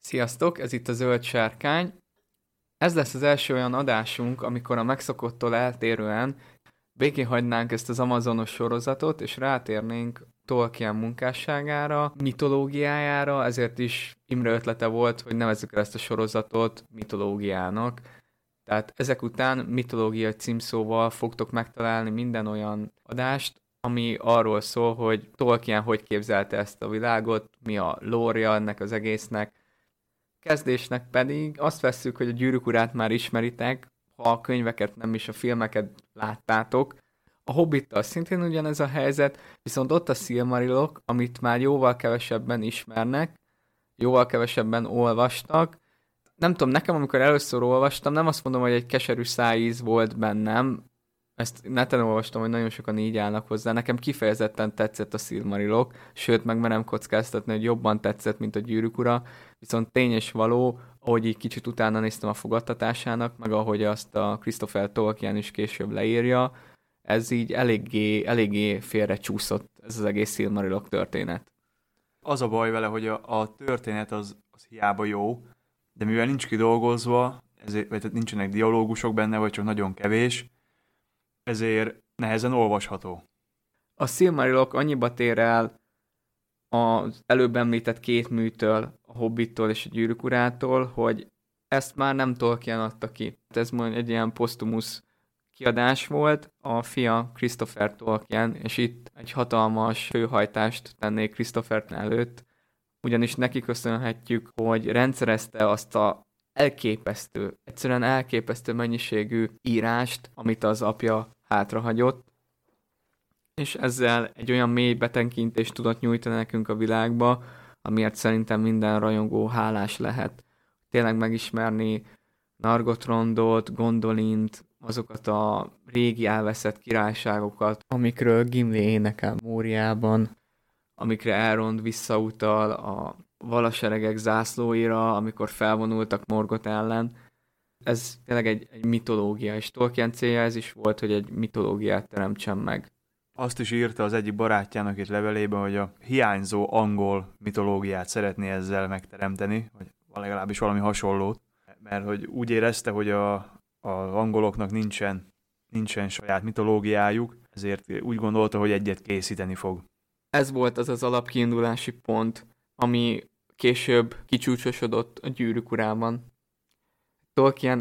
Sziasztok, ez itt a Zöld Sárkány. Ez lesz az első olyan adásunk, amikor a megszokottól eltérően végén hagynánk ezt az Amazonos sorozatot, és rátérnénk Tolkien munkásságára, mitológiájára, ezért is Imre ötlete volt, hogy nevezzük el ezt a sorozatot mitológiának. Tehát ezek után mitológiai címszóval fogtok megtalálni minden olyan adást, ami arról szól, hogy Tolkien hogy képzelte ezt a világot, mi a lore-ja ennek az egésznek. Kezdésnek pedig azt vesszük, hogy a Gyűrűk urát már ismeritek, ha a könyveket nem is a filmeket láttátok. A Hobbittal szintén ugyanez a helyzet, viszont ott a Silmarilok, amit már jóval kevesebben ismernek, jóval kevesebben olvastak. Nem tudom, nekem amikor először olvastam, nem azt mondom, hogy egy keserű szájíz volt bennem, ezt neten olvastam, hogy nagyon sokan így állnak hozzá. Nekem kifejezetten tetszett a Silmarilok, sőt, meg merem kockáztatni, hogy jobban tetszett, mint a Gyűrűk ura, viszont tény és való, ahogy így kicsit utána néztem a fogadtatásának, meg ahogy azt a Christopher Tolkien is később leírja, ez így eléggé félre csúszott ez az egész Silmarilok történet. Az a baj vele, hogy a történet az hiába jó, de mivel nincs kidolgozva, ezért, vagy nincsenek dialógusok benne, vagy csak nagyon kevés, ezért nehezen olvasható. A Silmarilok annyiba tér el az előbb említett két műtől, a Hobbittól és a Gyűrűk urától, hogy ezt már nem Tolkien adta ki. Ez majd egy ilyen posztumusz kiadás volt, a fia Christopher Tolkien, és itt egy hatalmas főhajtást tennék Christopher előtt, ugyanis neki köszönhetjük, hogy rendszerezte azt a egyszerűen elképesztő mennyiségű írást, amit az apja hátrahagyott, és ezzel egy olyan mély betekintést tudott nyújtani nekünk a világba, amiért szerintem minden rajongó hálás lehet. Tényleg megismerni Nargothrondot, Gondolint, azokat a régi elveszett királyságokat, amikről Gimli énekel Móriában, amikre Elrond visszautal a valaseregek zászlóira, amikor felvonultak Morgoth ellen. Ez tényleg egy mitológia, és Tolkien célja ez is volt, hogy egy mitológiát teremtsen meg. Azt is írta az egyik barátjának itt levelében, hogy a hiányzó angol mitológiát szeretné ezzel megteremteni, vagy legalábbis valami hasonlót, mert hogy úgy érezte, hogy az angoloknak nincsen saját mitológiájuk, ezért úgy gondolta, hogy egyet készíteni fog. Ez volt az az alapkiindulási pont, ami később kicsúcsosodott a Gyűrűk urában. Tolkien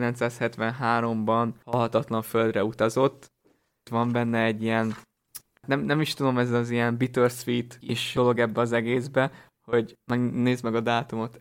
1973-ban halhatatlan földre utazott. Van benne egy ilyen, nem is tudom, ez az ilyen bittersweet is dolog ebbe az egészbe, hogy nézd meg a dátumot,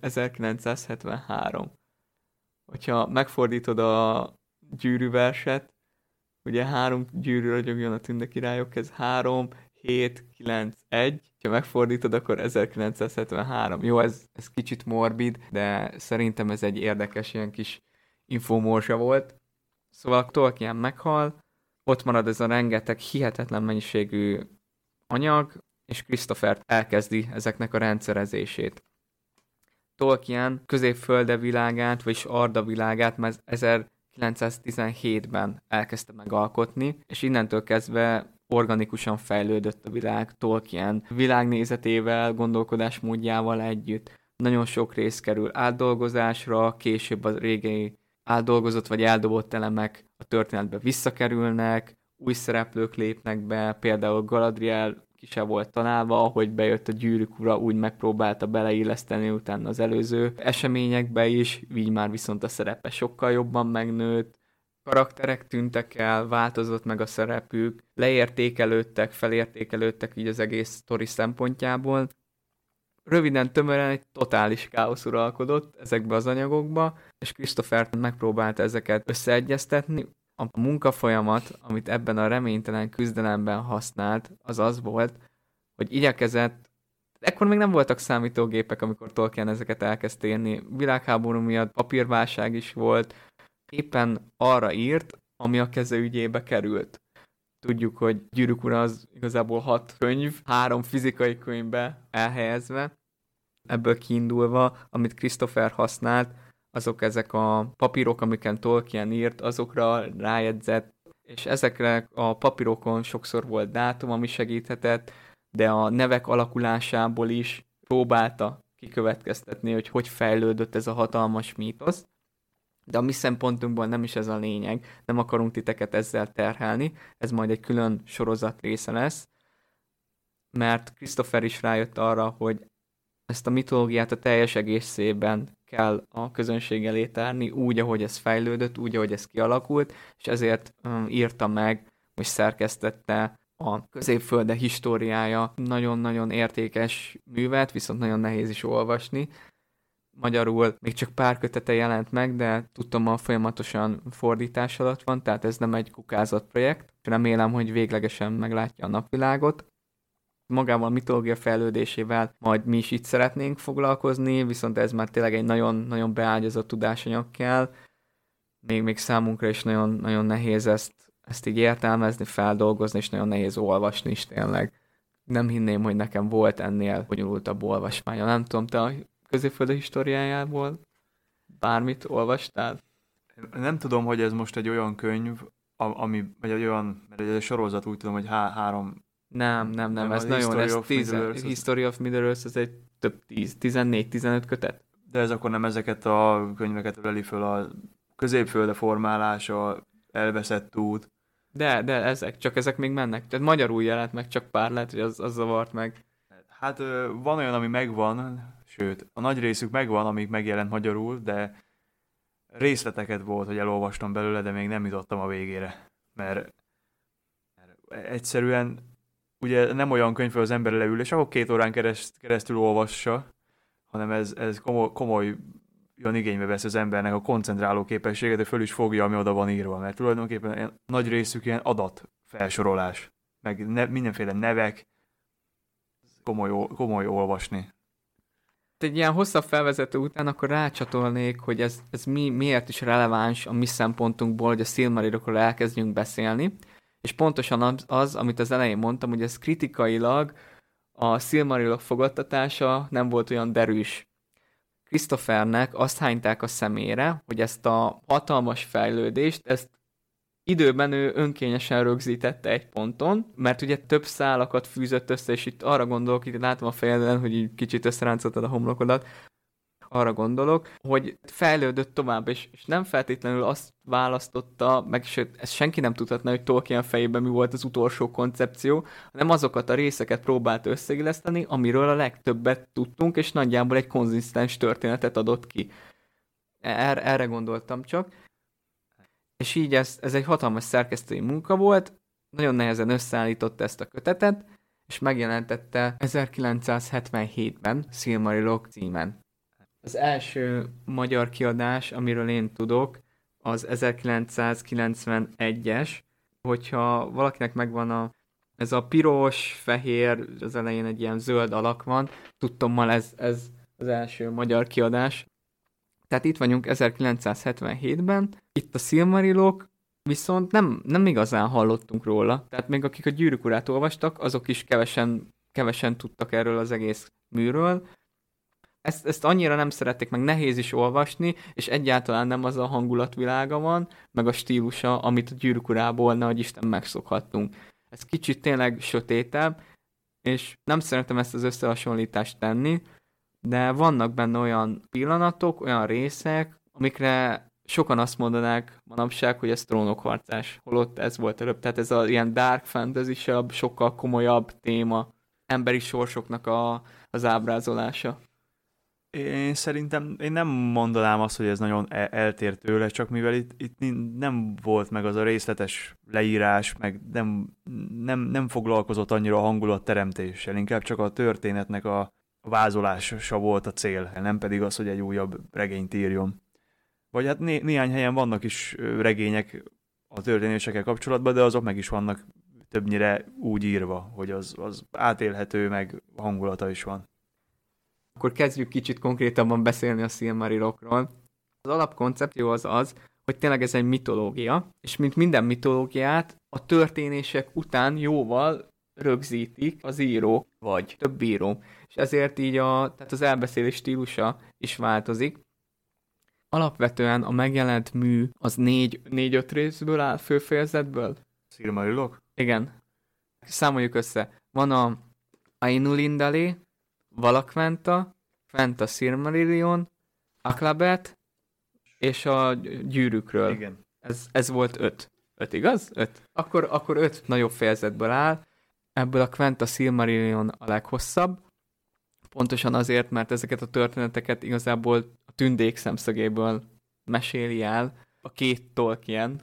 1973. Hogyha megfordítod a gyűrűverset, ugye 3 gyűrű ragyogjon a tündekirályok, ez 3, 7, 9, 1. Ha megfordítod, akkor 1973. Jó, ez kicsit morbid, de szerintem ez egy érdekes ilyen kis infómorzsa volt. Szóval Tolkien meghal, ott marad ez a rengeteg hihetetlen mennyiségű anyag, és Christopher elkezdi ezeknek a rendszerezését. Tolkien Középfölde világát, vagyis Arda világát már 1917-ben elkezdte megalkotni, és innentől kezdve organikusan fejlődött a világ Tolkien világnézetével, gondolkodásmódjával együtt. Nagyon sok rész kerül átdolgozásra, később a régi átdolgozott vagy eldobott elemek a történetbe visszakerülnek, új szereplők lépnek be, például Galadriel ki se volt találva, ahogy bejött a Gyűrűk ura, úgy megpróbálta beleilleszteni utána az előző eseményekbe is, így már viszont a szerepe sokkal jobban megnőtt, karakterek tűntek el, változott meg a szerepük, leértékelődtek, felértékelődtek így az egész sztori szempontjából. Röviden, tömören egy totális káosz uralkodott ezekbe az anyagokba, és Christopher megpróbálta ezeket összeegyeztetni. A munkafolyamat, amit ebben a reménytelen küzdelemben használt, az az volt, hogy igyekezett, ekkor még nem voltak számítógépek, amikor Tolkien ezeket elkezdte írni, világháború miatt papírválság is volt, éppen arra írt, ami a keze ügyébe került. Tudjuk, hogy Gyűrűk ura az igazából 6 könyv, 3 fizikai könyvbe elhelyezve. Ebből kiindulva, amit Christopher használt, azok ezek a papírok, amiken Tolkien írt, azokra rájegyzett, és ezekre a papírokon sokszor volt dátum, ami segíthetett, de a nevek alakulásából is próbálta kikövetkeztetni, hogy fejlődött ez a hatalmas mítosz, de a mi szempontunkból nem is ez a lényeg, nem akarunk titeket ezzel terhelni, ez majd egy külön sorozat része lesz, mert Christopher is rájött arra, hogy ezt a mitológiát a teljes egészében kell a közönség elé tárni, úgy, ahogy ez fejlődött, úgy, ahogy ez kialakult, és ezért írta meg, vagy szerkesztette a Középfölde históriája nagyon-nagyon értékes művet, viszont nagyon nehéz is olvasni. Magyarul még csak pár kötete jelent meg, de tudtam, folyamatosan fordítás alatt van, tehát ez nem egy kukázott projekt. Remélem, hogy véglegesen meglátja a napvilágot. Magával a mitológia fejlődésével majd mi is itt szeretnénk foglalkozni, viszont ez már tényleg egy nagyon-nagyon beágyazott tudásanyag kell. Még számunkra is nagyon, nagyon nehéz ezt így értelmezni, feldolgozni, és nagyon nehéz olvasni is tényleg. Nem hinném, hogy nekem volt ennél bonyolultabb olvasmánya. Nem tudom, te a Középfölde históriájából bármit olvastál? Nem tudom, hogy ez most egy olyan könyv, vagy egy olyan, mert egy sorozat, úgy tudom, hogy három... Nem, ez nagyon, History of Middle-earth, ez egy több 14-15 kötet. De ez akkor nem ezeket a könyveket öleli föl, a Középfölde formálása, elveszett út. De ezek még mennek. Tehát magyarul jelent meg, csak pár lehet, hogy az zavart meg. Hát van olyan, ami megvan, sőt, a nagy részük megvan, amik megjelent magyarul, de részleteket volt, hogy elolvastam belőle, de még nem jutottam a végére. Mert egyszerűen ugye nem olyan könyv, hogy az ember leül, és akkor 2 órán keresztül olvassa, hanem ez komoly igénybe vesz az embernek a koncentráló képességet, de föl is fogja, ami oda van írva, mert tulajdonképpen nagy részük ilyen adatfelsorolás, meg mindenféle nevek, komoly olvasni. Egy ilyen hosszabb felvezető után akkor rácsatolnék, hogy ez miért is releváns a mi szempontunkból, hogy a Silmarillokról elkezdjünk beszélni, és pontosan az, amit az elején mondtam, hogy ez kritikailag a Silmarillok fogadtatása nem volt olyan derűs. Christophernek azt hányták a szemére, hogy ezt a hatalmas fejlődést, ezt időben ő önkényesen rögzítette egy ponton, mert ugye több szálakat fűzött össze, és itt arra gondolok, itt látom a fejeden, hogy így kicsit összeráncoltad a homlokodat, arra gondolok, hogy fejlődött tovább, és nem feltétlenül azt választotta, meg sőt, ezt senki nem tudhatna, hogy Tolkien fejében mi volt az utolsó koncepció, hanem azokat a részeket próbált összeilleszteni, amiről a legtöbbet tudtunk, és nagyjából egy konzisztens történetet adott ki. Erre gondoltam csak. És így ez egy hatalmas szerkesztői munka volt, nagyon nehezen összeállította ezt a kötetet, és megjelentette 1977-ben Silmarillok címen. Az első magyar kiadás, amiről én tudok, az 1991-es, hogyha valakinek megvan ez a piros, fehér, az elején egy ilyen zöld alak van, tudtommal ez az első magyar kiadás. Tehát itt vagyunk 1977-ben, itt a Silmarillok, viszont nem igazán hallottunk róla. Tehát még akik a Gyűrűk Urát olvastak, azok is kevesen tudtak erről az egész műről. Ezt annyira nem szerették, meg nehéz is olvasni, és egyáltalán nem az a hangulatvilága van, meg a stílusa, amit a Gyűrűk Urából, nehogy Isten megszokhattunk. Ez kicsit tényleg sötétebb, és nem szeretem ezt az összehasonlítást tenni, de vannak benne olyan pillanatok, olyan részek, amikre sokan azt mondanák manapság, hogy ez trónokharcás, holott ez volt előbb. Tehát ez a ilyen dark fantasy-sabb, sokkal komolyabb téma, emberi sorsoknak az ábrázolása. Én szerintem, én nem mondanám azt, hogy ez nagyon eltér tőle, csak mivel itt nem volt meg az a részletes leírás, meg nem foglalkozott annyira a hangulatteremtéssel, inkább csak a történetnek a vázolása volt a cél, nem pedig az, hogy egy újabb regényt írjon. Vagy hát néhány helyen vannak is regények a történésekkel kapcsolatban, de azok meg is vannak többnyire úgy írva, hogy az átélhető, meg hangulata is van. Akkor kezdjük kicsit konkrétabban beszélni a Silmarillokról. Az alapkoncepció az, hogy tényleg ez egy mitológia, és mint minden mitológiát, a történések után jóval rögzítik az író, vagy több író. És ezért így tehát az elbeszélés stílusa is változik. Alapvetően a megjelent mű az 4-5 részből áll, főfejezetből. Silmarillok? Igen. Számoljuk össze. Van a Ainulindalé, Valakventa, Quent a Silmarillion, Akhlabeth, és a gyűrűkről. Igen. Ez volt 5. 5, igaz? 5. Akkor 5 nagyobb fejezetből áll. Ebből a Quent a Silmarillion a leghosszabb. Pontosan azért, mert ezeket a történeteket igazából a tündék szemszögéből meséli el a két Tolkien.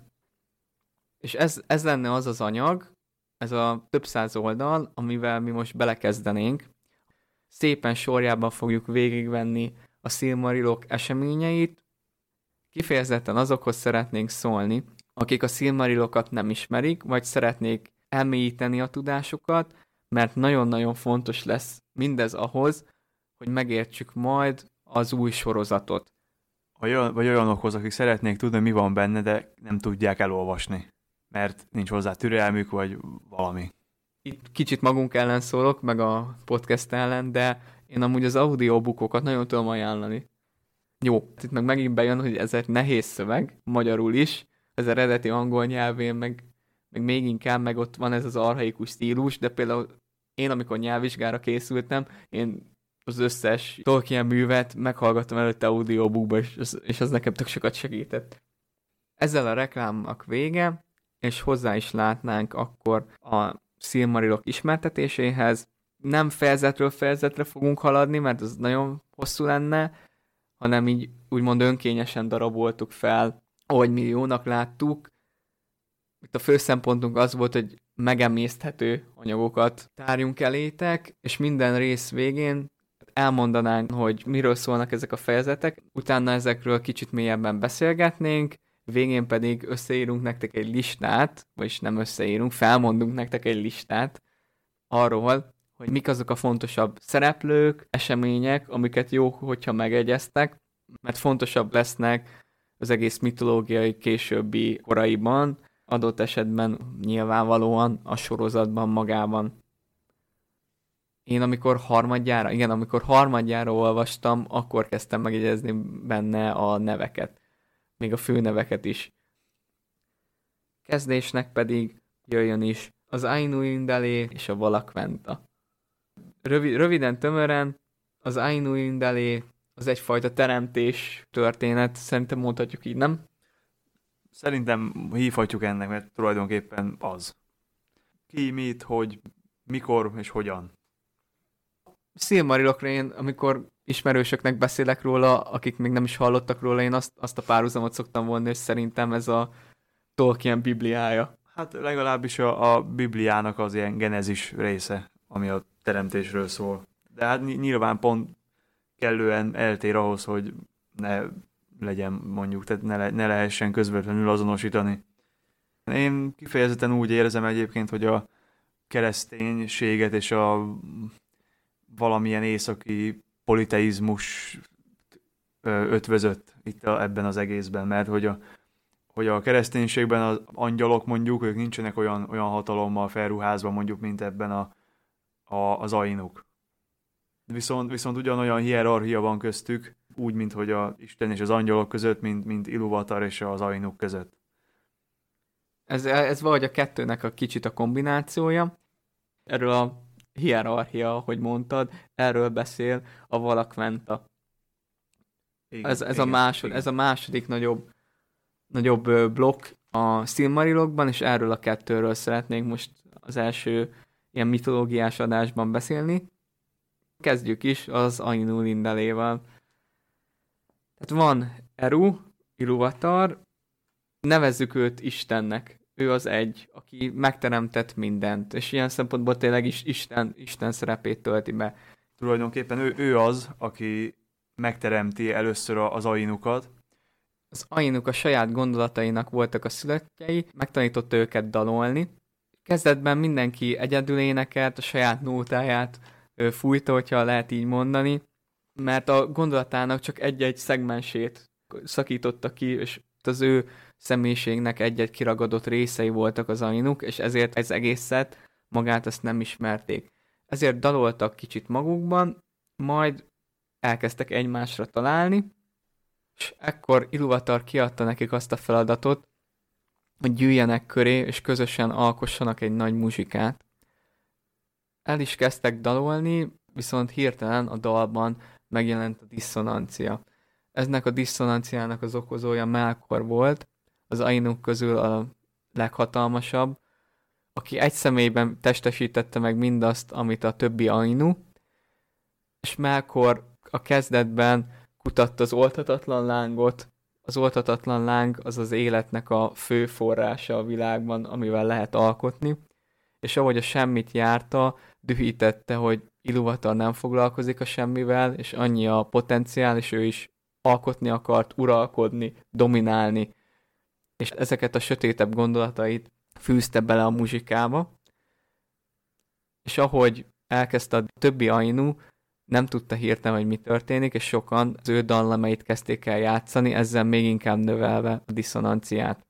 És ez lenne az az anyag, ez a több száz oldal, amivel mi most belekezdenénk. Szépen sorjában fogjuk végigvenni a Silmarillok eseményeit. Kifejezetten azokhoz szeretnénk szólni, akik a Silmarillokat nem ismerik, vagy szeretnék elmélyíteni a tudásukat, mert nagyon-nagyon fontos lesz mindez ahhoz, hogy megértsük majd az új sorozatot. Vagy olyanokhoz, akik szeretnék tudni, mi van benne, de nem tudják elolvasni, mert nincs hozzá türelmük, vagy valami. Itt kicsit magunk ellen szólok, meg a podcast ellen, de én amúgy az audiobookokat nagyon tudom ajánlani. Jó, itt meg megint bejön, hogy ez egy nehéz szöveg, magyarul is, ez eredeti angol nyelvén, meg még inkább, meg ott van ez az archaikus stílus, de például én, amikor nyelvvizsgára készültem, én az összes Tolkien művet meghallgattam előtte audiobookba, és az nekem tök sokat segített. Ezzel a reklámnak vége, és hozzá is látnánk akkor a Silmarillok ismertetéséhez. Nem fejezetről fejezetre fogunk haladni, mert az nagyon hosszú lenne, hanem így úgymond önkényesen daraboltuk fel, ahogy mi jónak láttuk. Itt a fő szempontunk az volt, hogy megemészthető anyagokat tárjunk elétek, és minden rész végén elmondanánk, hogy miről szólnak ezek a fejezetek, utána ezekről kicsit mélyebben beszélgetnénk, végén pedig összeírunk nektek egy listát, vagyis nem összeírunk, felmondunk nektek egy listát arról, hogy mik azok a fontosabb szereplők, események, amiket jó, hogyha megegyeztek, mert fontosabb lesznek az egész mitológiai későbbi koraiban, adott esetben nyilvánvalóan a sorozatban magában. Én amikor harmadjára olvastam, akkor kezdtem megjegyezni benne a neveket. Még a főneveket is. Kezdésnek pedig jöjjön is az Ainulindalé és a Valakventa. Röviden, tömören, az Ainulindalé az egyfajta teremtés történet, szerintem mondhatjuk így, nem? Szerintem hívhatjuk ennek, mert tulajdonképpen az. Ki, mit, hogy, mikor és hogyan. Silmarillokra én, amikor ismerősöknek beszélek róla, akik még nem is hallottak róla, én azt a párhuzamot szoktam vonni, és szerintem ez a Tolkien bibliája. Hát legalábbis a Bibliának az ilyen genezis része, ami a teremtésről szól. De hát nyilván pont kellően eltér ahhoz, hogy ne legyen mondjuk, tehát ne lehessen közvetlenül azonosítani. Én kifejezetten úgy érzem egyébként, hogy a kereszténységet és a valamilyen északi politeizmus ötvözött itt ebben az egészben, mert hogy a kereszténységben az angyalok mondjuk, ők nincsenek olyan hatalommal felruházva mondjuk, mint ebben az ainuk. Viszont ugyanolyan hierarchia van köztük, úgy, mint hogy az Isten és az angyalok között, mint Ilúvatar és az ainuk között. Ez valahogy a kettőnek a kicsit a kombinációja. Erről a hierarchia, ahogy mondtad, erről beszél a Valakventa. Ez a második nagyobb blokk a Silmarillokban, és erről a kettőről szeretnénk most az első ilyen mitológiás adásban beszélni. Kezdjük is az Ainulindaléval. Tehát van Eru, Ilúvatar, nevezzük őt Istennek. Ő az egy, aki megteremtett mindent, és ilyen szempontból tényleg is Isten szerepét tölti be. Tulajdonképpen ő az, aki megteremti először az ainukat. Az ainuk a saját gondolatainak voltak a szülöttjei, megtanította őket dalolni. Kezdetben mindenki egyedül énekelt, a saját nótáját fújta, hogyha lehet így mondani, mert a gondolatának csak egy-egy szegmensét szakította ki, és az ő személyiségnek egy-egy kiragadott részei voltak az ainuk, és ezért ez egészet, magát azt nem ismerték. Ezért daloltak kicsit magukban, majd elkezdtek egymásra találni, és ekkor Ilúvatar kiadta nekik azt a feladatot, hogy gyűjjenek köré, és közösen alkossanak egy nagy muzsikát. El is kezdtek dalolni, viszont hirtelen a dalban megjelent a disszonancia. Eznek a disszonanciának az okozója Melkor volt, az Ainuk közül a leghatalmasabb, aki egy személyben testesítette meg mindazt, amit a többi Ainu, és Melkor a kezdetben kutatta az oldhatatlan lángot. Az oldhatatlan láng az az életnek a fő forrása a világban, amivel lehet alkotni, és ahogy a semmit járta, dühítette, hogy Ilúvatar nem foglalkozik a semmivel, és annyi a potenciál, és ő is alkotni akart, uralkodni, dominálni, és ezeket a sötétebb gondolatait fűzte bele a muzsikába, és ahogy elkezdte a többi Ainu, nem tudta hirtelen, hogy mi történik, és sokan az ő dallamait kezdték el játszani, ezzel még inkább növelve a diszonanciát.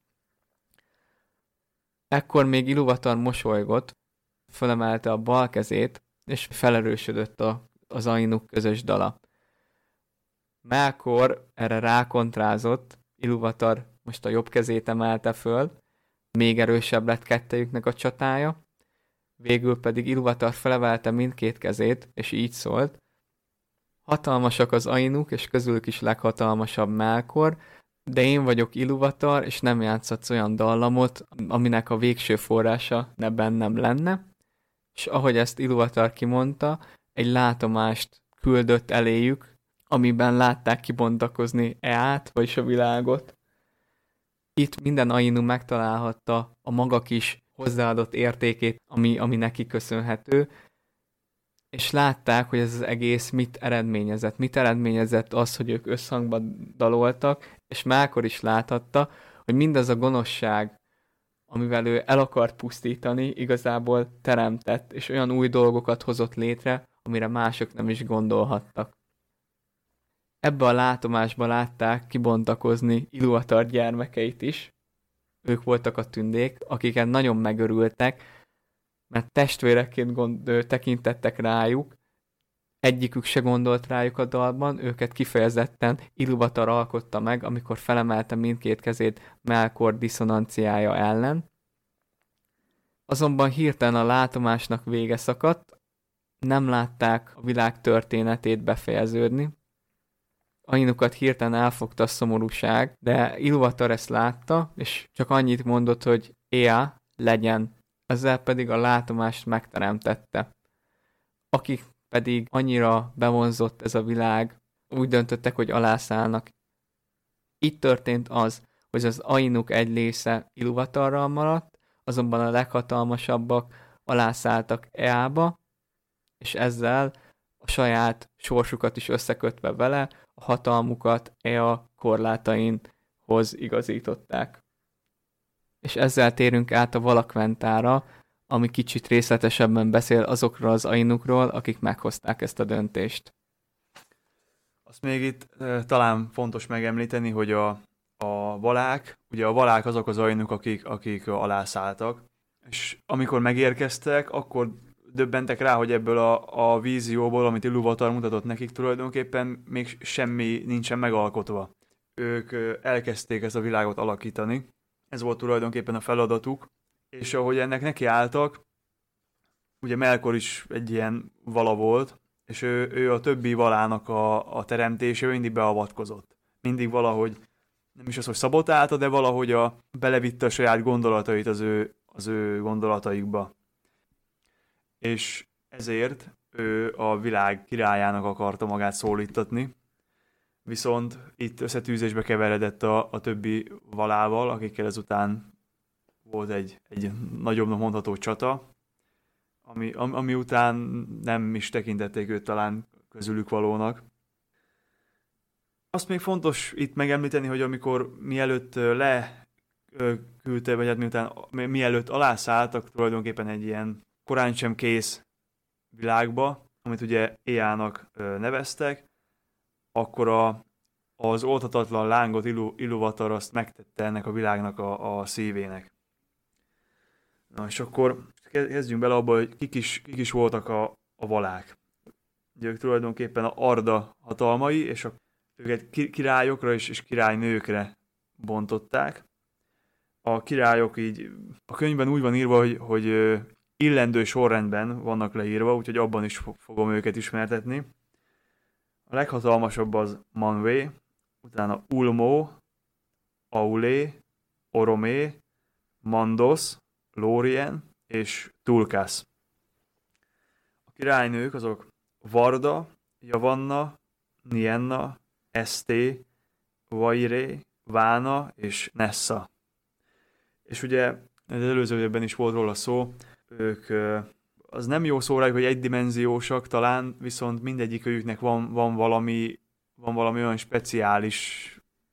Ekkor még Ilúvatar mosolygott, fölemelte a bal kezét, és felerősödött az Ainuk közös dala. Melkor erre rákontrázott, Ilúvatar most a jobb kezét emelte föl, még erősebb lett kettejüknek a csatája, végül pedig Ilúvatar felemelte mindkét kezét, és így szólt: hatalmasak az Ainuk, és közülük is leghatalmasabb Melkor, de én vagyok Ilúvatar, és nem játszhatsz olyan dallamot, aminek a végső forrása ne bennem lenne. És ahogy ezt Ilúvatar kimondta, egy látomást küldött eléjük, amiben látták kibontakozni Eát, vagyis a világot. Itt minden Ainu megtalálhatta a maga kis hozzáadott értékét, ami neki köszönhető, és látták, hogy ez az egész mit eredményezett. Mit eredményezett az, hogy ők összhangban daloltak, és Melkor is láthatta, hogy mindaz a gonoszság, amivel ő el akart pusztítani, igazából teremtett, és olyan új dolgokat hozott létre, amire mások nem is gondolhattak. Ebbe a látomásba látták kibontakozni Ilúvatar gyermekeit is. Ők voltak a tündék, akiket nagyon megörültek, mert testvéreként tekintettek rájuk, egyikük se gondolt rájuk a dalban, őket kifejezetten Ilúvatar alkotta meg, amikor felemelte mindkét kezét Melkor diszonanciája ellen. Azonban hirtelen a látomásnak vége szakadt, nem látták a világ történetét befejeződni. Ainukat hirtelen elfogta a szomorúság, de Ilúvatar ezt látta, és csak annyit mondott, hogy Ea, legyen. Ezzel pedig a látomást megteremtette. Akik pedig annyira bevonzott ez a világ, úgy döntöttek, hogy alászállnak. Itt történt az, hogy az Ainuk egy része Ilúvatarral maradt, azonban a leghatalmasabbak alászálltak Eába, és ezzel a saját sorsukat is összekötve vele, a hatalmukat Ea korlátainhoz igazították. És ezzel térünk át a Valakventára, ami kicsit részletesebben beszél azokról az Ainukról, akik meghozták ezt a döntést. Azt még itt talán fontos megemlíteni, hogy a valák, ugye a valák azok az Ainuk, akik alászálltak, és amikor megérkeztek, akkor döbbentek rá, hogy ebből a vízióból, amit Ilúvatar mutatott nekik, tulajdonképpen még semmi nincsen megalkotva. Ők elkezdték ezt a világot alakítani, ez volt tulajdonképpen a feladatuk, és ahogy ennek nekiálltak, ugye Melkor is egy ilyen vala volt, és ő a többi valának a teremtésébe mindig beavatkozott. Mindig valahogy, nem is az, hogy szabotálta, de valahogy belevitte a saját gondolatait az ő gondolataikba. És ezért ő a világ királyának akarta magát szólítatni, viszont itt összetűzésbe keveredett a többi valával, akikkel ezután volt egy nagyobbnak mondható csata, ami után nem is tekintették őt talán közülük valónak. Azt még fontos itt megemlíteni, hogy amikor mielőtt leküldte, vagy hát mielőtt alászálltak tulajdonképpen egy ilyen korán sem kész világba, amit ugye Eának neveztek, akkor az oldhatatlan lángot Ilúvatar azt megtette ennek a világnak a szívének. Na és akkor kezdjünk bele abba, hogy kik is voltak a valák. Ugye ők tulajdonképpen a Arda hatalmai, és őket királyokra és királynőkre bontották. A királyok így, a könyvben úgy van írva, hogy illendő sorrendben vannak leírva, úgyhogy abban is fogom őket ismertetni. A leghatalmasabb az Manwë, utána Ulmo, Aulé, Oromé, Mandos, Lórien és Tulkász. A királynők azok Varda, Javanna, Nienna, Eszté, Vairé, Vána és Nessa. És ugye az előző évben is volt róla szó, ők, az nem jó szó rájuk, hogy egydimenziósak talán, viszont mindegyikőjüknek van valami olyan speciális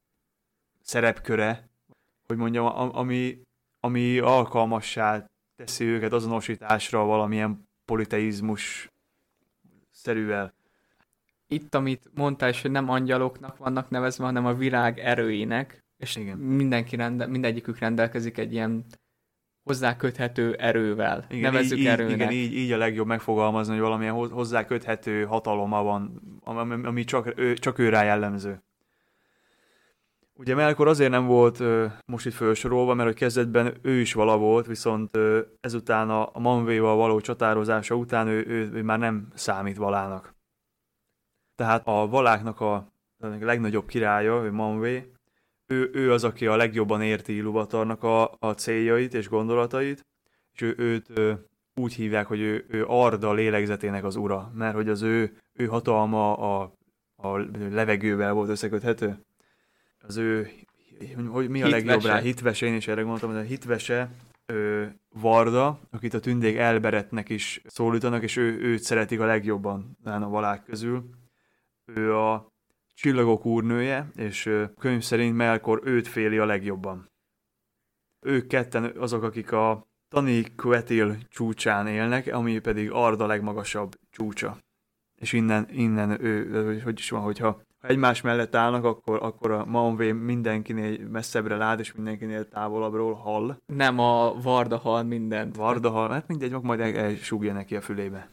szerepköre, hogy mondjam, ami alkalmassá teszi őket azonosításra valamilyen politeizmus szerűvel. Itt, amit mondtál is, hogy nem angyaloknak vannak nevezve, hanem a világ erőinek, és Igen. mindegyikük rendelkezik egy ilyen hozzáköthető erővel. Igen, Nevezzük erőnek. Igen, így a legjobb megfogalmazni, hogy valamilyen hozzáköthető hataloma van, ami csak ő rá jellemző. Ugye Melkor azért nem volt most itt felsorolva, mert hogy kezdetben ő is vala volt, viszont ezután a Manwëval való csatározása után ő már nem számít valának. Tehát a valáknak a legnagyobb királya, ő Manwë, ő az, aki a legjobban érti Ilúvatarnak a céljait és gondolatait, és őt úgy hívják, hogy ő Arda lélegzetének az ura, mert hogy az ő hatalma a levegővel volt összeköthető. Az ő, hogy mi a legjobb rá? Hitvese, én is erre gondoltam, hogy a hitvese Varda, akit a tündék Elberetnek is szólítanak, és őt szeretik a legjobban a valák közül. Ő a csillagok úrnője, és könyv szerint Melkor őt féli a legjobban. Ők ketten azok, akik a Tani-Quetil csúcsán élnek, ami pedig Arda legmagasabb csúcsa. És innen ő, hogy is van, hogyha egymás mellett állnak, akkor a Manwë mindenkinél messzebbre lát, és mindenkinél távolabbról hall. Nem, a Varda hall mindent. Varda hall, hát mindegy, majd elsúgja neki a fülébe.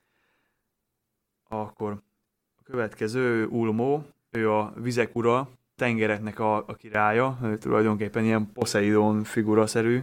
Akkor a következő Ulmo, ő a vizek ura, tengereknek a királya, ő tulajdonképpen ilyen Poseidon figuraszerű.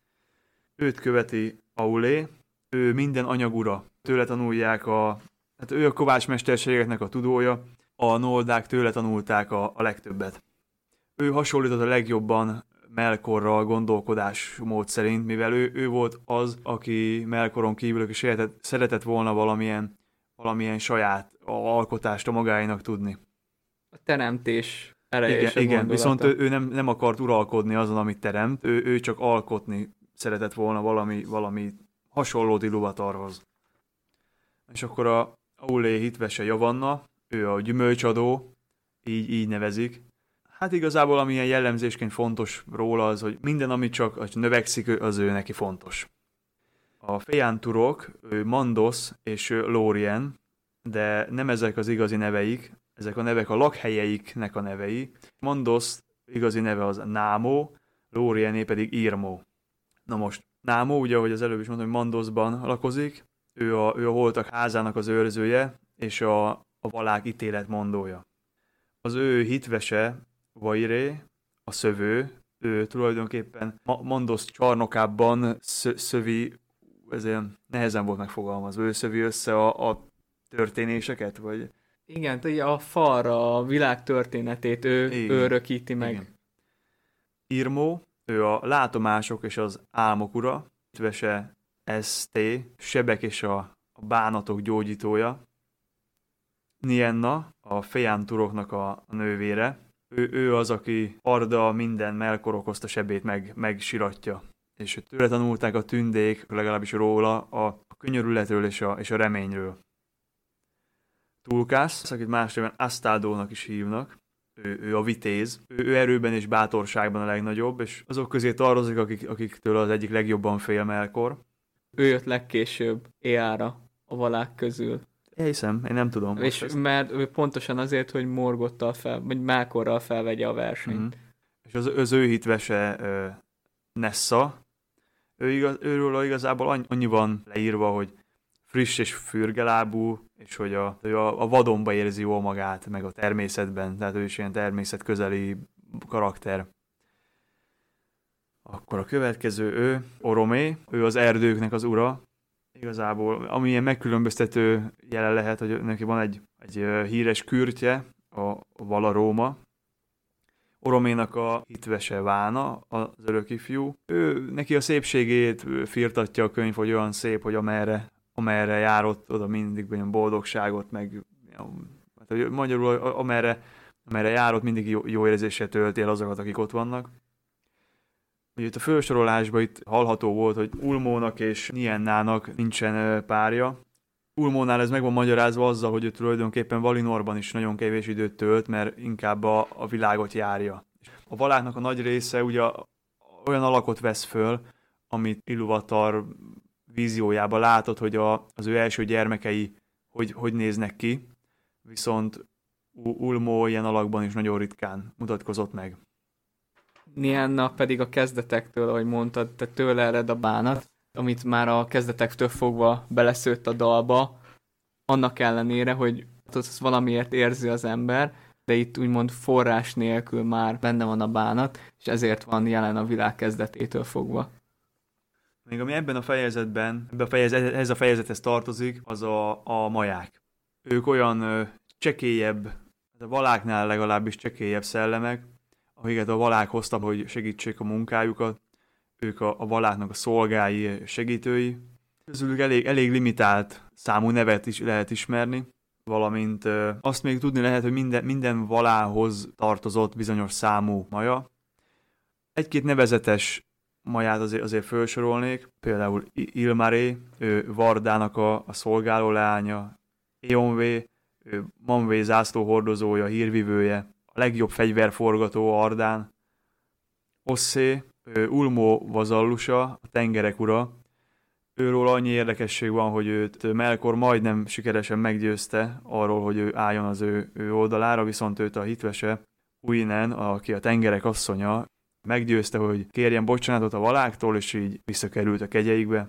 Őt követi Aulé, ő minden anyagura. Tőle tanulják hát ő a kovácsmesterségeknek a tudója, a noldák tőle tanulták a legtöbbet. Ő hasonlított a legjobban Melkorral gondolkodás mód szerint, mivel ő volt az, aki Melkoron kívül, aki szeretett volna valamilyen saját alkotást a magáinak tudni. A teremtés ereje és igen, viszont ő nem akart uralkodni azon, amit teremt, ő csak alkotni szeretett volna valami hasonlót Ilúvatarhoz. És akkor a Aulé hitvese Javanna, ő a gyümölcsadó, így nevezik. Hát igazából amilyen jellemzésként fontos róla az, hogy minden, ami csak növekszik, az ő neki fontos. A fejánturok, Mandos és Lórien, de nem ezek az igazi neveik, ezek a nevek a lakhelyeiknek a nevei. Mandos igazi neve az Námó, Lóriené pedig Irmó. Na most, Námó, ugye, ahogy az előbb is mondtam, hogy Mandosban lakozik, ő a holtak házának az őrzője, és a valák ítéletmondója. Az ő hitvese, Vairé, a szövő, ő tulajdonképpen Mandos csarnokában szövi, ezért nehezen volt megfogalmazva, ő szövi össze a történéseket, vagy... Igen, ugye a falra a világ történetét ő örökíti meg. Igen. Irmó, ő a látomások és az álmok ura, hitvese Eszté, sebek és a bánatok gyógyítója. Nienna, a fejánturoknak a nővére. Ő az, aki Arda minden Melkor okozta sebét megsiratja. És tőle tanulták a tündék, legalábbis róla, a könyörületről és a reményről. Tulkász, akit más néven Astádónak is hívnak, ő a vitéz. Ő erőben és bátorságban a legnagyobb, és azok közé tartozik, akiktől az egyik legjobban fél Melkor. Ő jött legkésőbb éjjára a valák közül. Hiszem, én nem tudom. És mert ő pontosan azért, hogy Morgottal vagy Melkorral felvegye a versenyt. Mm-hmm. És az ő hitvese Nessa, őről igazából annyi van leírva, hogy friss és fürgelábú, és hogy a vadonba érzi jól magát, meg a természetben, tehát ő is ilyen természetközeli karakter. Akkor a következő Oromé, ő az erdőknek az ura, Igazából, ami ilyen megkülönböztető jele lehet, hogy neki van egy híres kürtje, a Vala Róma. Oroménak a hitvese Vána, az örök ifjú. Neki a szépségét firtatja a könyv, hogy olyan szép, hogy amerre járott, oda mindig olyan boldogságot, meg hát, magyarul amerre járott, mindig jó érzéssel tölti el azokat, akik ott vannak. Ugye itt a felsorolásban itt hallható volt, hogy Ulmónak és Niennának nincsen párja. Ulmónál ez meg van magyarázva azzal, hogy ő tulajdonképpen Valinorban is nagyon kevés időt tölt, mert inkább a világot járja. A valáknak a nagy része ugye olyan alakot vesz föl, amit Ilúvatar víziójában látott, hogy az ő első gyermekei hogy néznek ki, viszont Ulmó ilyen alakban is nagyon ritkán mutatkozott meg. Nienna pedig a kezdetektől, ahogy mondtad, te tőle ered a bánat, amit már a kezdetektől fogva beleszőtt a dalba, annak ellenére, hogy azt valamiért érzi az ember, de itt úgymond forrás nélkül már benne van a bánat, és ezért van jelen a világ kezdetétől fogva. Még ami ebben a fejezetben, ez a fejezethez tartozik, az a maják. Ők olyan csekélyebb, a valáknál legalábbis csekélyebb szellemek, akiket a valák hoztak, hogy segítsék a munkájukat. Ők a valáknak a szolgái, segítői. Közülük elég limitált számú nevet is lehet ismerni, valamint azt még tudni lehet, hogy minden valához tartozott bizonyos számú maja. Egy-két nevezetes maját azért felsorolnék, például Ilmaré, ő Vardának a szolgáló leánya, Eonvé, ő Manvé zászlóhordozója, hírvivője, a legjobb fegyverforgató Ardán, Osszé, Ulmó vazallusa, a tengerek ura. Őről annyi érdekesség van, hogy őt Melkor majdnem sikeresen meggyőzte arról, hogy ő álljon az ő oldalára, viszont őt a hitvese Uinen, aki a tengerek asszonya, meggyőzte, hogy kérjen bocsánatot a valáktól, és így visszakerült a kegyeikbe.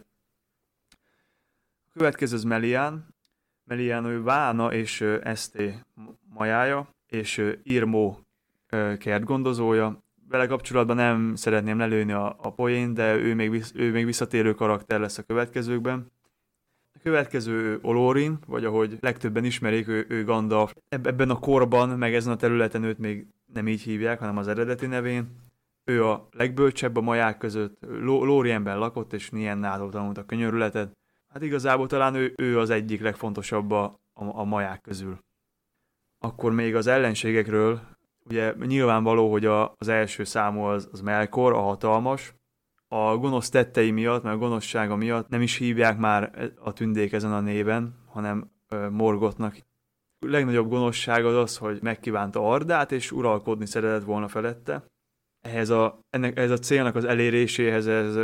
A következő az Melián. Melián ő Vána és Eszté majája, és Irmó kertgondozója. Vele kapcsolatban nem szeretném lelőni a poént, de ő még visszatérő karakter lesz a következőkben. A következő Olorin, vagy ahogy legtöbben ismerik, ő Gandalf. Ebben a korban, meg ezen a területen őt még nem így hívják, hanem az eredeti nevén. Ő a legbölcsebb a maják között, Lórienben lakott, és Niennától tanult a könyörületet. Hát igazából talán ő az egyik legfontosabb a maják közül. Akkor még az ellenségekről, ugye nyilvánvaló, hogy az első számú az Melkor, a hatalmas. A gonosz tettei miatt, meg a gonoszsága miatt nem is hívják már a tündék ezen a néven, hanem Morgothnak. A legnagyobb gonoszság az, hogy megkívánta Ardát, és uralkodni szeretett volna felette. Ehhez a célnak az eléréséhez ez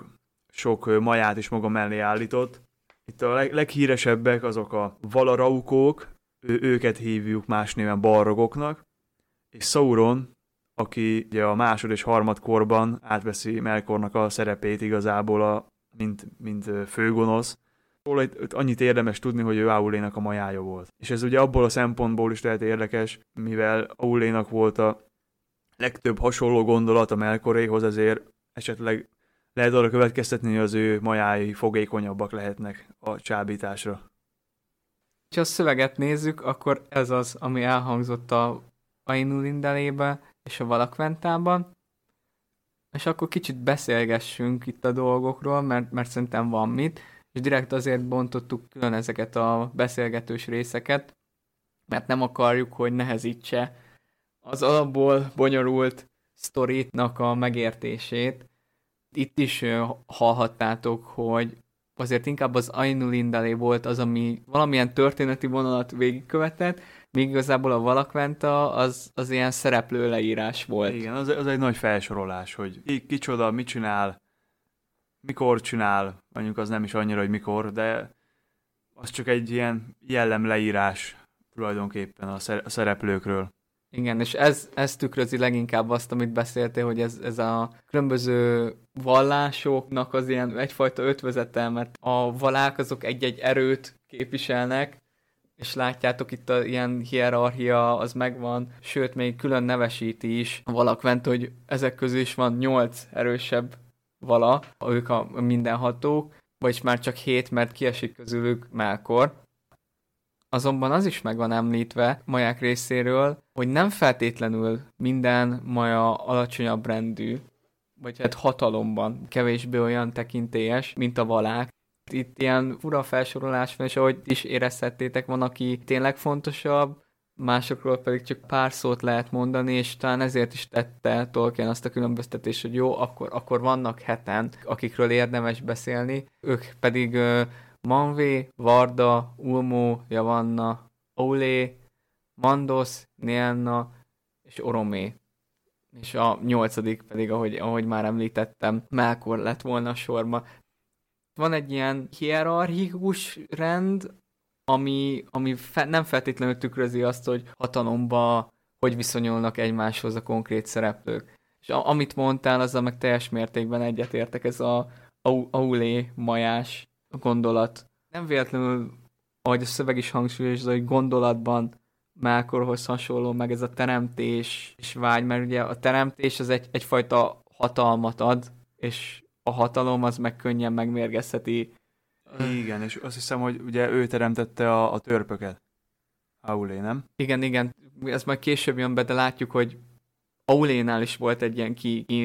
sok maját is maga mellé állított. Itt a leghíresebbek azok a Valaraukók, őket hívjuk más néven Balrogoknak, és Sauron, aki ugye a másod és harmad korban átveszi Melkornak a szerepét igazából, mint főgonosz. Róla itt annyit érdemes tudni, hogy ő Aulénak a majája volt. És ez ugye abból a szempontból is lehet érdekes, mivel Aulénak volt a legtöbb hasonló gondolat a Melkoréhoz, ezért esetleg lehet arra következtetni, hogy az ő majái fogékonyabbak lehetnek a csábításra. Ha a szöveget nézzük, akkor ez az, ami elhangzott a Ainulindalébe és a Valakventában. És akkor kicsit beszélgessünk itt a dolgokról, mert szerintem van mit, és direkt azért bontottuk külön ezeket a beszélgetős részeket, mert nem akarjuk, hogy nehezítse az alapból bonyolult sztoritnak a megértését. Itt is hallhattátok, hogy azért inkább az Ainulindalé volt az, ami valamilyen történeti vonalat végigkövetett, míg igazából a Valakventa az ilyen szereplő leírás volt. Igen, az egy nagy felsorolás, hogy kicsoda, mit csinál, mikor csinál, mondjuk az nem is annyira, hogy mikor, de az csak egy ilyen jellemleírás tulajdonképpen a szereplőkről. Igen, és ez tükrözi leginkább azt, amit beszéltél, hogy ez a különböző vallásoknak az ilyen egyfajta ötvözete, mert a valák azok egy-egy erőt képviselnek, és látjátok itt a ilyen hierarchia, az megvan, sőt, még külön nevesíti is a Valakvent, hogy ezek közül is van 8 erősebb vala, ők a mindenhatók, vagyis már csak 7, mert kiesik közülük Melkor. Azonban az is meg van említve maják részéről, hogy nem feltétlenül minden maja alacsonyabb rendű, vagy hát hatalomban kevésbé olyan tekintélyes, mint a valák. Itt ilyen fura felsorolás van, és ahogy is érezhettétek, van, aki tényleg fontosabb, másokról pedig csak pár szót lehet mondani, és talán ezért is tette Tolkien azt a különböztetést, hogy jó, akkor vannak heten, akikről érdemes beszélni, ők pedig Manwë, Varda, Ulmo, Yavanna, Aulé, Mandos, Nienna és Oromé. És a 8. pedig, ahogy már említettem, Melkor lett volna a sorba. Van egy ilyen hierarchikus rend, ami nem feltétlenül tükrözi azt, hogy hatalomba hogy viszonyulnak egymáshoz a konkrét szereplők. És amit mondtál, azzal meg teljes mértékben egyetértek, ez a Aulé majás gondolat. Nem véletlenül, ahogy a szöveg is hangsúlyozza, hogy gondolatban Melkorhoz hasonló, meg ez a teremtés és vágy, mert ugye a teremtés az egyfajta hatalmat ad, és a hatalom az meg könnyen megmérgezheti. Igen, és azt hiszem, hogy ugye ő teremtette a törpöket. Aulé, nem? Igen, ez majd később jön be, de látjuk, hogy Aulénál is volt egy ilyen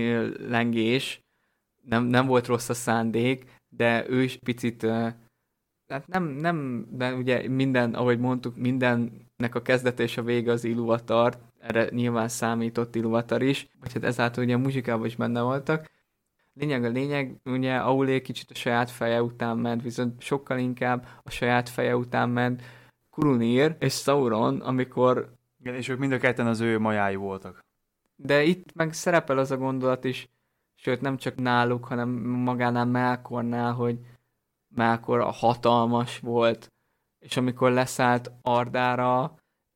kilengés, nem volt rossz a szándék, de ő is picit, hát nem, de ugye minden, ahogy mondtuk, mindennek a kezdete és a vége az Ilúvatar, erre nyilván számított Ilúvatar is, vagy hát ezáltal ugye a muzsikában is benne voltak. Lényeg, ugye Aulé kicsit a saját feje után ment, viszont sokkal inkább a saját feje után ment Curunir és Sauron, amikor... Igen, és ők mind a ketten az ő majái voltak. De itt meg szerepel az a gondolat is, sőt nem csak náluk, hanem magánál Melkornál, hogy Melkor a hatalmas volt, és amikor leszállt Ardára,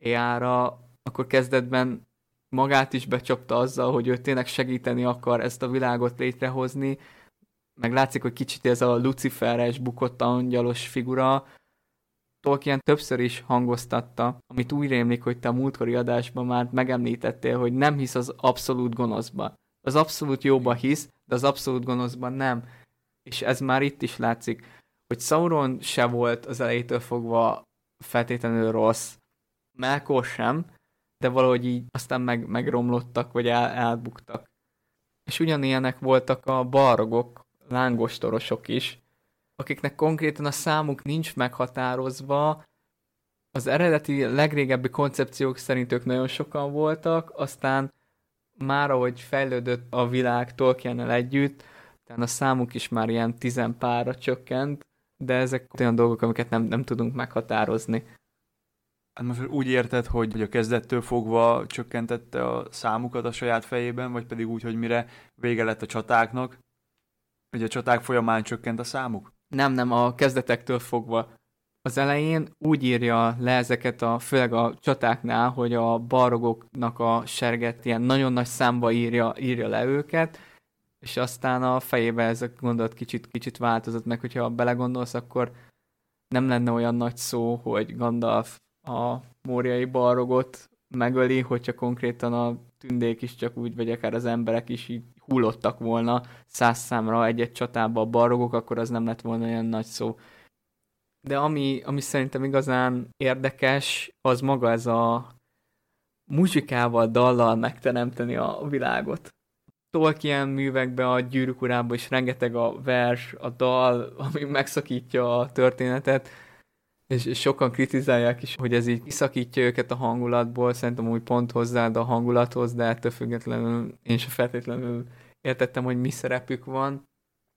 Éára, akkor kezdetben magát is becsapta azzal, hogy ő tényleg segíteni akar ezt a világot létrehozni, meg látszik, hogy kicsit ez a luciferes, bukott angyalos figura. Tolkien többször is hangoztatta, amit úgy rémlik, hogy te a múltkori adásban már megemlítettél, hogy nem hisz az abszolút gonoszba. Az abszolút jóba hisz, de az abszolút gonoszban nem. És ez már itt is látszik, hogy Sauron se volt az elejétől fogva feltétlenül rossz, Melkor sem, de valahogy így aztán megromlottak, vagy elbuktak. És ugyanilyenek voltak a balrogok, lángostorosok is, akiknek konkrétan a számuk nincs meghatározva. Az eredeti, legrégebbi koncepciók szerint ők nagyon sokan voltak, aztán már ahogy fejlődött a világ Tolkiennel együtt, tehát a számuk is már ilyen 10 párra csökkent, de ezek olyan dolgok, amiket nem tudunk meghatározni. Hát most úgy érted, hogy a kezdettől fogva csökkentette a számukat a saját fejében, vagy pedig úgy, hogy mire vége lett a csatáknak, hogy a csaták folyamán csökkent a számuk? Nem, a kezdetektől fogva. Az elején úgy írja le ezeket, főleg a csatáknál, hogy a balrogoknak a serget ilyen nagyon nagy számba írja le őket, és aztán a fejében ez a gondolat kicsit változott meg, hogyha belegondolsz, akkor nem lenne olyan nagy szó, hogy Gandalf a móriai balrogot megöli, hogyha konkrétan a tündék is csak úgy, vagy akár az emberek is így hullottak volna 100 számra egy-egy csatába a balrogok, akkor az nem lett volna olyan nagy szó. De ami szerintem igazán érdekes, az maga ez a muzsikával, dallal megteremteni a világot. Tolkien művekben, a Gyűrűk urában is rengeteg a vers, a dal, ami megszakítja a történetet, és sokan kritizálják is, hogy ez így kiszakítja őket a hangulatból, szerintem úgy pont hozzáad a hangulathoz, de ettől függetlenül én sem feltétlenül értettem, hogy mi szerepük van.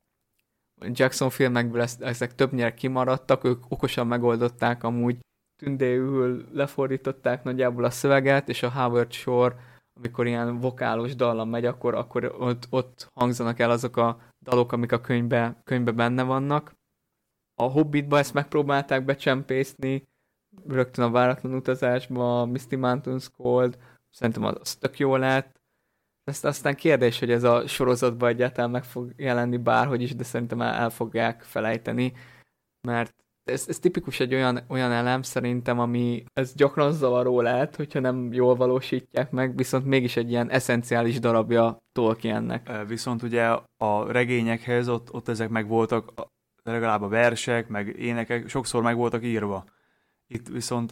Jackson filmekből ezek többnyire kimaradtak, ők okosan megoldották amúgy, tündéül lefordították nagyjából a szöveget, és a Howard Shore, amikor ilyen vokálos dallam megy, akkor ott hangzanak el azok a dalok, amik a könyvbe benne vannak. A Hobbitba ezt megpróbálták becsempészni, rögtön a váratlan utazásba, a Misty Mountains Cold, szerintem az tök jó lett. Ezt aztán kérdés, hogy ez a sorozatban egyáltalán meg fog jelenni bárhogy is, de szerintem el fogják felejteni, mert ez tipikus egy olyan elem szerintem, ami ez gyakran zavaró lehet, hogyha nem jól valósítják meg, viszont mégis egy ilyen eszenciális darabja Tolkiennek. Viszont ugye a regényekhez ott ezek meg voltak de legalább a versek, meg énekek sokszor meg voltak írva. Itt viszont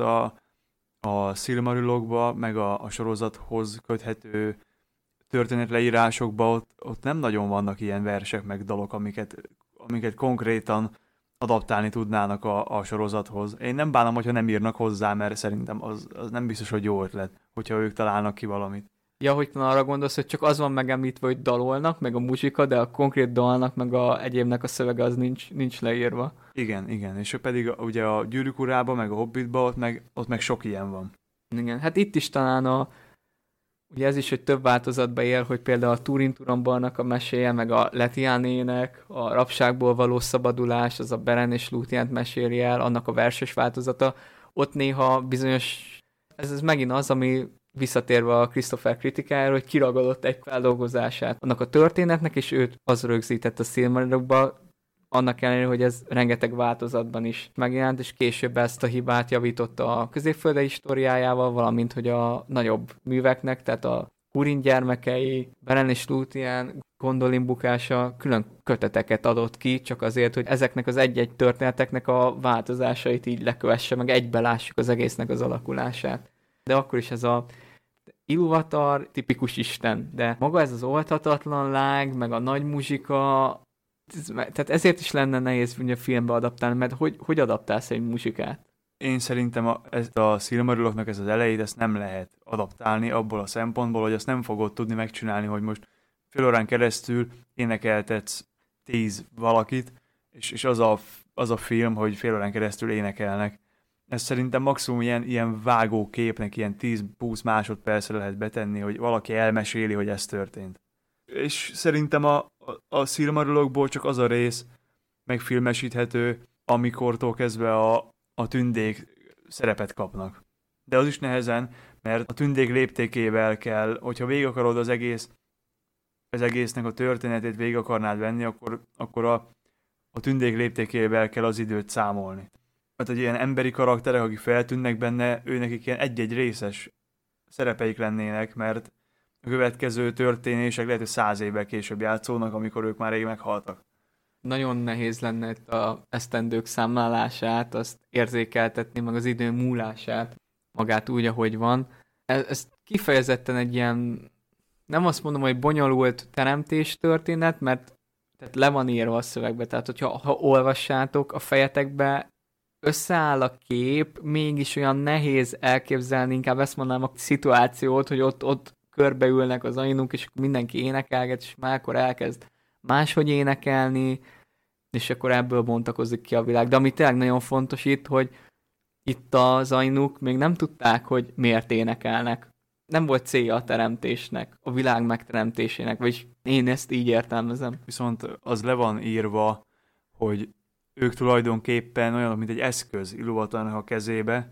a Silmarillokba, meg a sorozathoz köthető történetleírásokban ott nem nagyon vannak ilyen versek, meg dalok, amiket konkrétan adaptálni tudnának a sorozathoz. Én nem bánom, hogyha nem írnak hozzá, mert szerintem az nem biztos, hogy jó ötlet, hogyha ők találnak ki valamit. Ja, hogy arra gondolsz, hogy csak az van megemlítve, hogy dalolnak, meg a muzsika, de a konkrét dalnak, meg a egyébnek a szövege az nincs leírva. Igen, és pedig ugye a Gyűrűk urában, meg a Hobbitban ott meg sok ilyen van. Igen, hát itt is talán ugye ez is, hogy több változatba él, hogy például a Túrin Turambalnak a meséje, meg a Letiánének, a rabságból való szabadulás, az a Beren és Lúthiánt meséli el, annak a verses változata. Ott néha bizonyos, ez megint az, ami visszatérve a Christopher kritikájára, hogy kiragadott egy feldolgozását annak a történetnek, és őt az rögzített a Silmarillokba, annak ellenére, hogy ez rengeteg változatban is megjelent, és később ezt a hibát javította a Középfölde históriájával, valamint, hogy a nagyobb műveknek, tehát a Húrin gyermekei, Beren és Lúthien, Gondolin bukása külön köteteket adott ki, csak azért, hogy ezeknek az egy-egy történeteknek a változásait így lekövesse, meg egybe lássuk az egésznek az alakulását. De akkor is ez a Ilúvatar tipikus isten, de maga ez az oldhatatlan lág, meg a nagy muzsika, tehát ezért is lenne nehéz a filmbe adaptálni, mert hogy adaptálsz egy muzsikát? Én szerintem ezt a Silmarilloknak ez az elejét, ezt nem lehet adaptálni abból a szempontból, hogy azt nem fogod tudni megcsinálni, hogy most fél órán keresztül énekeltetsz 10 valakit, és az a film, hogy fél órán keresztül énekelnek. Ez szerintem maximum ilyen vágóképnek, ilyen 10-20 másodpercre lehet betenni, hogy valaki elmeséli, hogy ez történt. És szerintem a Silmarillokból csak az a rész megfilmesíthető, amikortól kezdve a tündék szerepet kapnak. De az is nehezen, mert a tündék léptékével kell, hogyha végig akarod az egésznek a történetét végig akarnád venni, akkor a tündék léptékével kell az időt számolni. Hát egy ilyen emberi karakterek, akik feltűnnek benne, őnekik ilyen egy-egy részes szerepeik lennének, mert a következő történések lehet, hogy 100 évvel később játszódnak, amikor ők már rég meghaltak. Nagyon nehéz lenne itt az esztendők számlálását, azt érzékeltetni, meg az idő múlását, magát úgy, ahogy van. Ez kifejezetten egy ilyen, nem azt mondom, hogy bonyolult teremtés történet, mert tehát le van írva a szövegbe, tehát hogyha olvassátok a fejetekbe, összeáll a kép, mégis olyan nehéz elképzelni, inkább ezt mondanám a szituációt, hogy ott körbeülnek az ainuk, és mindenki énekelget, és már akkor elkezd máshogy énekelni, és akkor ebből bontakozik ki a világ. De ami tényleg nagyon fontos itt, hogy itt az ainuk még nem tudták, hogy miért énekelnek. Nem volt célja a teremtésnek, a világ megteremtésének, vagyis én ezt így értelmezem. Viszont az le van írva, hogy ők tulajdonképpen olyanok, mint egy eszköz Ilúvatarnak a kezébe,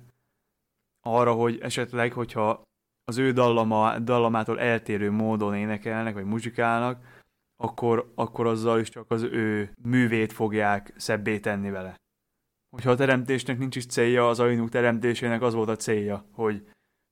arra, hogy esetleg, hogyha az ő dallamától eltérő módon énekelnek, vagy muzsikálnak, akkor azzal is csak az ő művét fogják szebbé tenni vele. Hogyha a teremtésnek nincs is célja, az ainuk teremtésének az volt a célja, hogy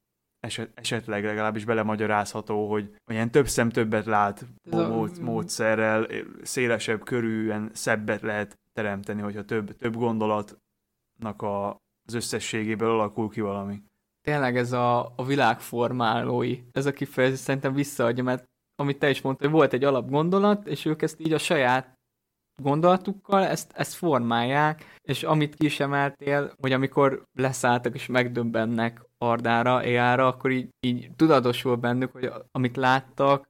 esetleg legalábbis belemagyarázható, hogy olyan több szem többet lát módszerrel, szélesebb körűen szebbet lehet teremteni, hogyha több gondolatnak az összességéből alakul ki valami. Tényleg ez a világ formálói, ez a kifejezés szerintem visszaadja, mert amit te is mondtad, hogy volt egy alapgondolat, és ők ezt így a saját gondolatukkal ezt formálják, és amit ki is emeltél, hogy amikor leszálltak és megdöbbennek Ardára, Éjára, akkor így tudatosul bennük, hogy amit láttak,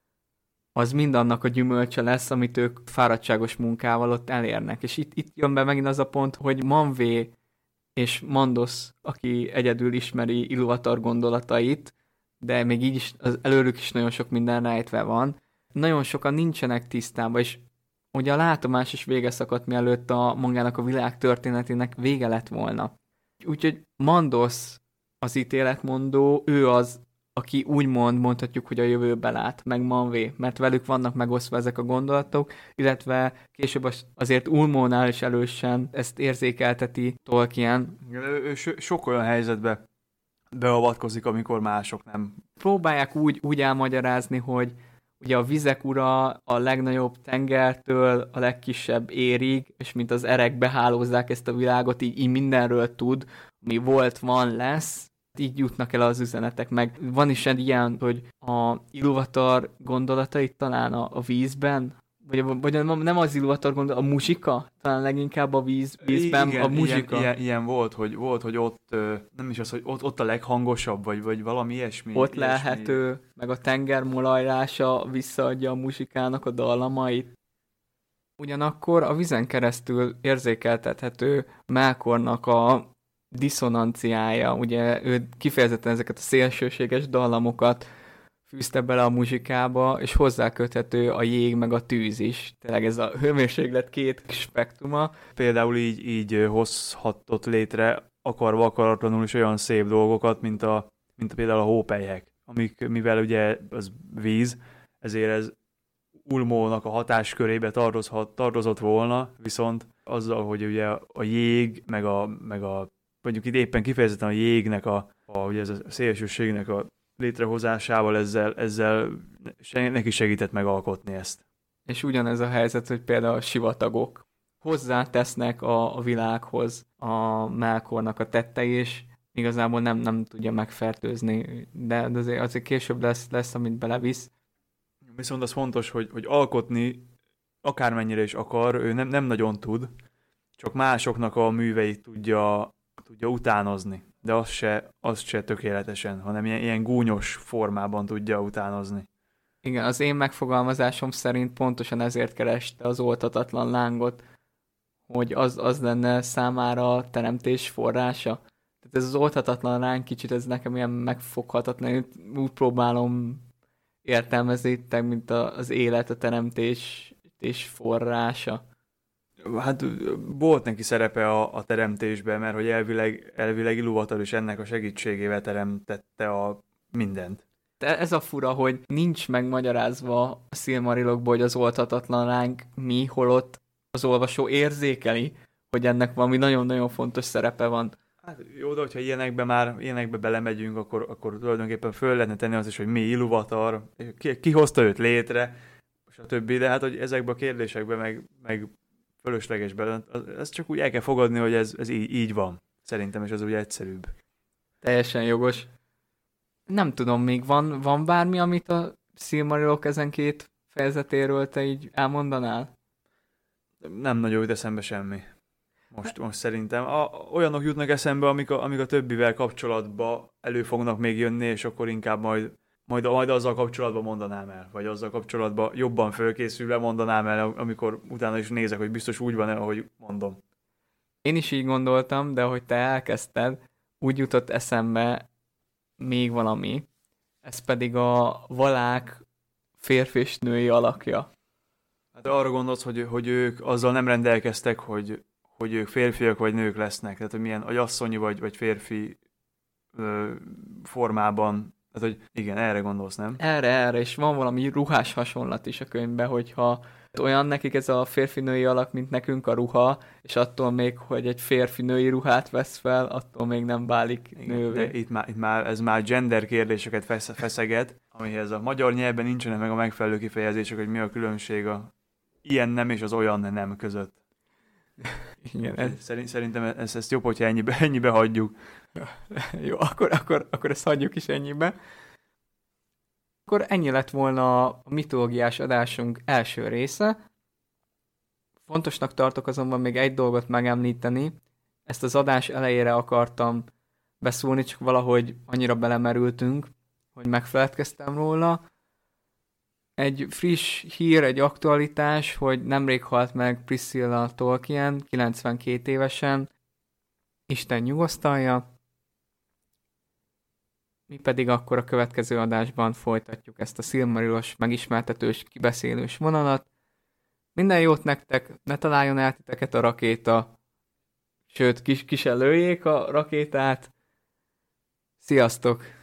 az mindannak a gyümölcse lesz, amit ők fáradtságos munkával ott elérnek. És itt jön be megint az a pont, hogy Manvé és Mandos, aki egyedül ismeri Ilúvatar gondolatait, de még így is előlük is nagyon sok minden rejtve van. Nagyon sokan nincsenek tisztában, és ugye a látomás is vége szakadt, mielőtt magának a világ történetének vége lett volna. Úgyhogy Mandos az ítéletmondó, ő az, aki úgymond mondhatjuk, hogy a jövőbe lát, meg Manvé, mert velük vannak megosztva ezek a gondolatok, illetve később azért Ulmónál is elősen ezt érzékelteti Tolkien. Ő sok olyan helyzetbe beavatkozik, amikor mások nem. Próbálják úgy elmagyarázni, hogy ugye a vizek ura a legnagyobb tengertől a legkisebb érig, és mint az erek behálózzák ezt a világot, így mindenről tud, ami volt, van, lesz, így jutnak el az üzenetek, meg van is egy ilyen, hogy a Ilúvatar gondolatait talán a vízben, vagy nem az Ilúvatar gondolat, a muzsika, talán leginkább a vízben igen, a muzsika. Ilyen volt, hogy ott, nem is az, hogy ott a leghangosabb, vagy valami ilyesmi. Ott lehető, meg a tenger molajrása visszaadja a muzsikának a dallamait. Ugyanakkor a vízen keresztül érzékeltethető Melkornak a diszonanciája, ugye ő kifejezetten ezeket a szélsőséges dallamokat fűzte bele a muzsikába, és hozzáköthető a jég meg a tűz is. Tényleg ez a hőmérséklet két spektruma. Például így hozhatott létre akarva akaratlanul is olyan szép dolgokat, mint például a hópelyhek, amik, mivel ugye az víz, ezért ez Ulmónak a hatáskörébe tartozott volna, viszont azzal, hogy ugye a jég, meg a mondjuk itt éppen kifejezetten a jégnek ugye ez a szélsőségnek a létrehozásával ezzel neki segített megalkotni ezt. És ugyanez a helyzet, hogy például a sivatagok hozzátesznek a világhoz a Melkornak a tettei, és igazából nem tudja megfertőzni, de azért később lesz, amit belevisz. Viszont az fontos, hogy alkotni akármennyire is akar, ő nem nagyon tud, csak másoknak a műveit tudja utánozni, de azt se tökéletesen, hanem ilyen gúnyos formában tudja utánozni. Igen, az én megfogalmazásom szerint pontosan ezért kereste az oltatatlan lángot, hogy az lenne számára a teremtés forrása. Tehát ez az oltatatlan láng kicsit, ez nekem ilyen megfoghatatlan, úgy próbálom értelmezni, mint az élet, a teremtés és forrása. Hát volt neki szerepe a teremtésben, mert hogy elvileg Ilúvatar is ennek a segítségével teremtette a mindent. De ez a fura, hogy nincs megmagyarázva a Silmarilokból, hogy az oltatatlan láng mi, holott az olvasó érzékeli, hogy ennek valami nagyon-nagyon fontos szerepe van. Hát jó, de hogyha ilyenekbe belemegyünk, akkor tulajdonképpen föl lehetne tenni azt is, hogy mi Ilúvatar, ki hozta őt létre, stb. De hát, hogy ezekben a kérdésekben meg fölöslegesben, ezt csak úgy el kell fogadni, hogy ez így van. Szerintem, és az úgy egyszerűbb. Teljesen jogos. Nem tudom, még van bármi, amit a Silmarilok ezen két fejezetéről te így elmondanál? Nem nagyon jut eszembe semmi. Most szerintem. Olyanok jutnak eszembe, amik a többivel kapcsolatban elő fognak még jönni, és akkor inkább majd azzal kapcsolatban mondanám el, vagy azzal kapcsolatban jobban fölkészülve mondanám el, amikor utána is nézek, hogy biztos úgy van-e, ahogy mondom. Én is így gondoltam, de ahogy te elkezdted, úgy jutott eszembe még valami, ez pedig a valák férfi és női alakja. Hát arra gondolsz, hogy ők azzal nem rendelkeztek, hogy ők férfiak vagy nők lesznek, tehát hogy milyen asszonyi vagy férfi formában. Tehát, hogy igen, erre gondolsz, nem? Erre, és van valami ruhás hasonlat is a könyvben, hogyha olyan nekik ez a férfi-női alak, mint nekünk a ruha, és attól még, hogy egy férfi-női ruhát vesz fel, attól még nem válik nővé. De itt már ez már gender kérdéseket feszeget, amihez a magyar nyelvben nincsenek meg a megfelelő kifejezések, hogy mi a különbség a ilyen nem és az olyan nem között. Igen, Szerintem ezt jobb, hogyha ennyibe hagyjuk. Jó, akkor ezt hagyjuk is ennyibe. Akkor ennyi lett volna a mitológiás adásunk első része. Fontosnak tartok azonban még egy dolgot megemlíteni. Ezt az adás elejére akartam beszólni, csak valahogy annyira belemerültünk, hogy megfeledkeztem róla. Egy friss hír, egy aktualitás, hogy nemrég halt meg Priscilla Tolkien, 92 évesen. Isten nyugosztalja. Mi pedig akkor a következő adásban folytatjuk ezt a Silmarilos megismertetős, kibeszélős vonalat. Minden jót nektek, ne találjon el titeket a rakéta, sőt, ki se lőjék a rakétát. Sziasztok!